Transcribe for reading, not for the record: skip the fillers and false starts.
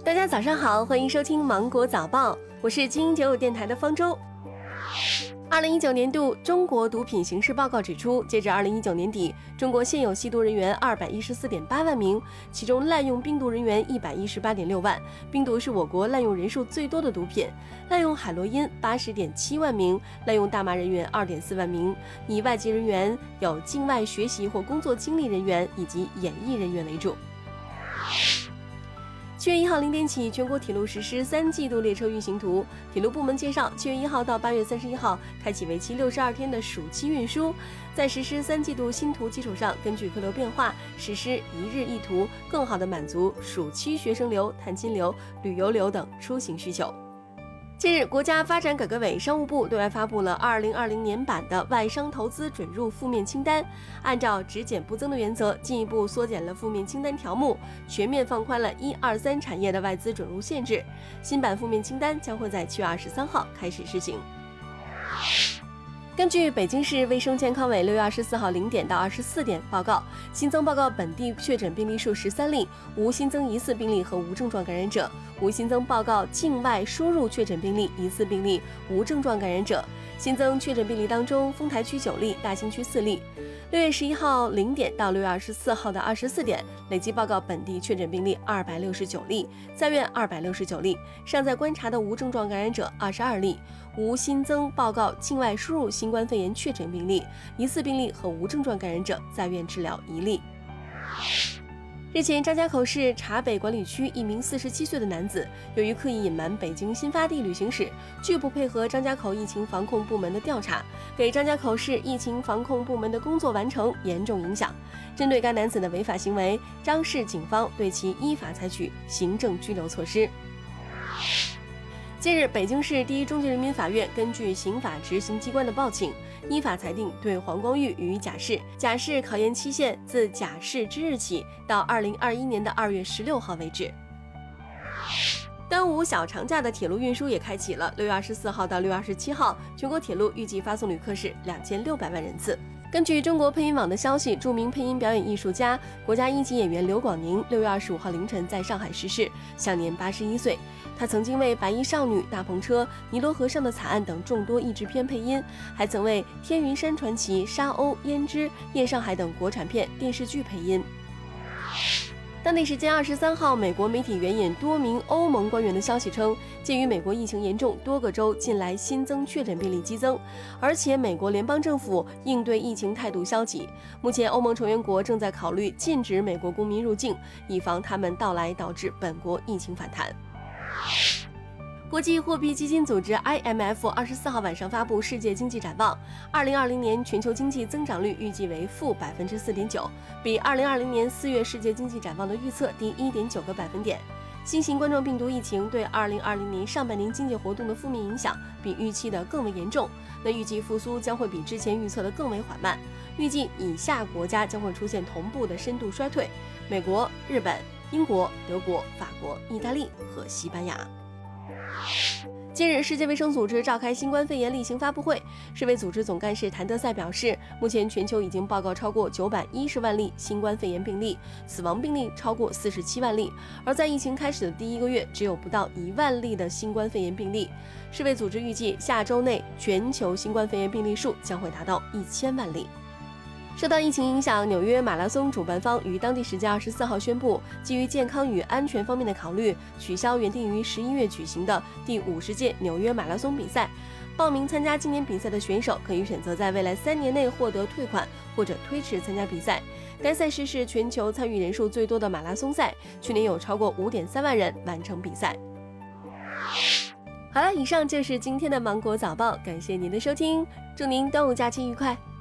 大家早上好，欢迎收听芒果早报，我是精英95电台的方舟。2019年度中国毒品形势报告指出，截至2019年底，中国现有吸毒人员214.8万名，其中滥用冰毒人员118.6万。冰毒是我国滥用人数最多的毒品，滥用海洛因80.7万名，滥用大麻人员2.4万名。以外籍人员有境外学习或工作经历人员以及演艺人员为主。7月1号0点起，全国铁路实施3季度列车运行图。铁路部门介绍，7月1号到8月31号开启为期62天的暑期运输。在实施3季度新图基础上，根据客流变化，实施一日一图，更好地满足暑期学生流、探亲流、旅游流等出行需求。近日，国家发展改革委、商务部对外发布了2020年版的外商投资准入负面清单，按照只减不增的原则，进一步缩减了负面清单条目，全面放宽了1、2、3产业的外资准入限制。新版负面清单将会在7月23号开始施行。根据北京市卫生健康委6月24号0点到24点报告，新增报告本地确诊病例数13例，无新增疑似病例和无症状感染者，无新增报告境外输入确诊病例、疑似病例、无症状感染者。新增确诊病例当中，丰台区9例，大兴区4例。6月11号0点到6月24号的24点，累计报告本地确诊病例269例，在院269例，尚在观察的无症状感染者22例，无新增报告境外输入新冠肺炎确诊病例、疑似病例和无症状感染者，在院治疗1例。日前，张家口市察北管理区一名47岁的男子，由于刻意隐瞒北京新发地旅行史，拒不配合张家口疫情防控部门的调查，给张家口市疫情防控部门的工作完成严重影响。针对该男子的违法行为，张市警方对其依法采取行政拘留措施。近日，北京市第一中级人民法院根据刑法执行机关的报请，依法裁定对黄光裕予以假释，假释考验期限自假释之日起到2021年的2月16号为止。端午小长假的铁路运输也开启了，6月24号到6月27号，全国铁路预计发送旅客是2600万人次。根据中国配音网的消息，著名配音表演艺术家、国家一级演员刘广宁6月25号凌晨在上海逝世，享年81岁。他曾经为《白衣少女》《大篷车》《尼罗河上的惨案》等众多译制片配音，还曾为《天云山传奇》《沙鸥》《胭脂》《夜上海》等国产片、电视剧配音。当地时间23号，美国媒体援引多名欧盟官员的消息称，鉴于美国疫情严重，多个州近来新增确诊病例激增，而且美国联邦政府应对疫情态度消极。目前，欧盟成员国正在考虑禁止美国公民入境，以防他们到来导致本国疫情反弹。国际货币基金组织 IMF 24号晚上发布世界经济展望，2020年全球经济增长率预计为负4.9%，比2020年4月世界经济展望的预测低1.9个百分点。新型冠状病毒疫情对2020年上半年经济活动的负面影响比预期的更为严重，预计复苏将会比之前预测的更为缓慢。预计以下国家将会出现同步的深度衰退：美国、日本、英国、德国、法国、意大利和西班牙。近日，世界卫生组织召开新冠肺炎例行发布会，世卫组织总干事谭德赛表示，目前全球已经报告超过910万例新冠肺炎病例，死亡病例超过47万例，而在疫情开始的第1个月，只有不到1万例的新冠肺炎病例。世卫组织预计，下周内全球新冠肺炎病例数将会达到1000万例。受到疫情影响，纽约马拉松主办方于当地时间24号宣布，基于健康与安全方面的考虑，取消原定于11月举行的第50届纽约马拉松比赛。报名参加今年比赛的选手可以选择在未来3年内获得退款或者推迟参加比赛。该赛事是全球参与人数最多的马拉松赛，去年有超过5.3万人完成比赛。好了，以上就是今天的芒果早报，感谢您的收听，祝您端午假期愉快。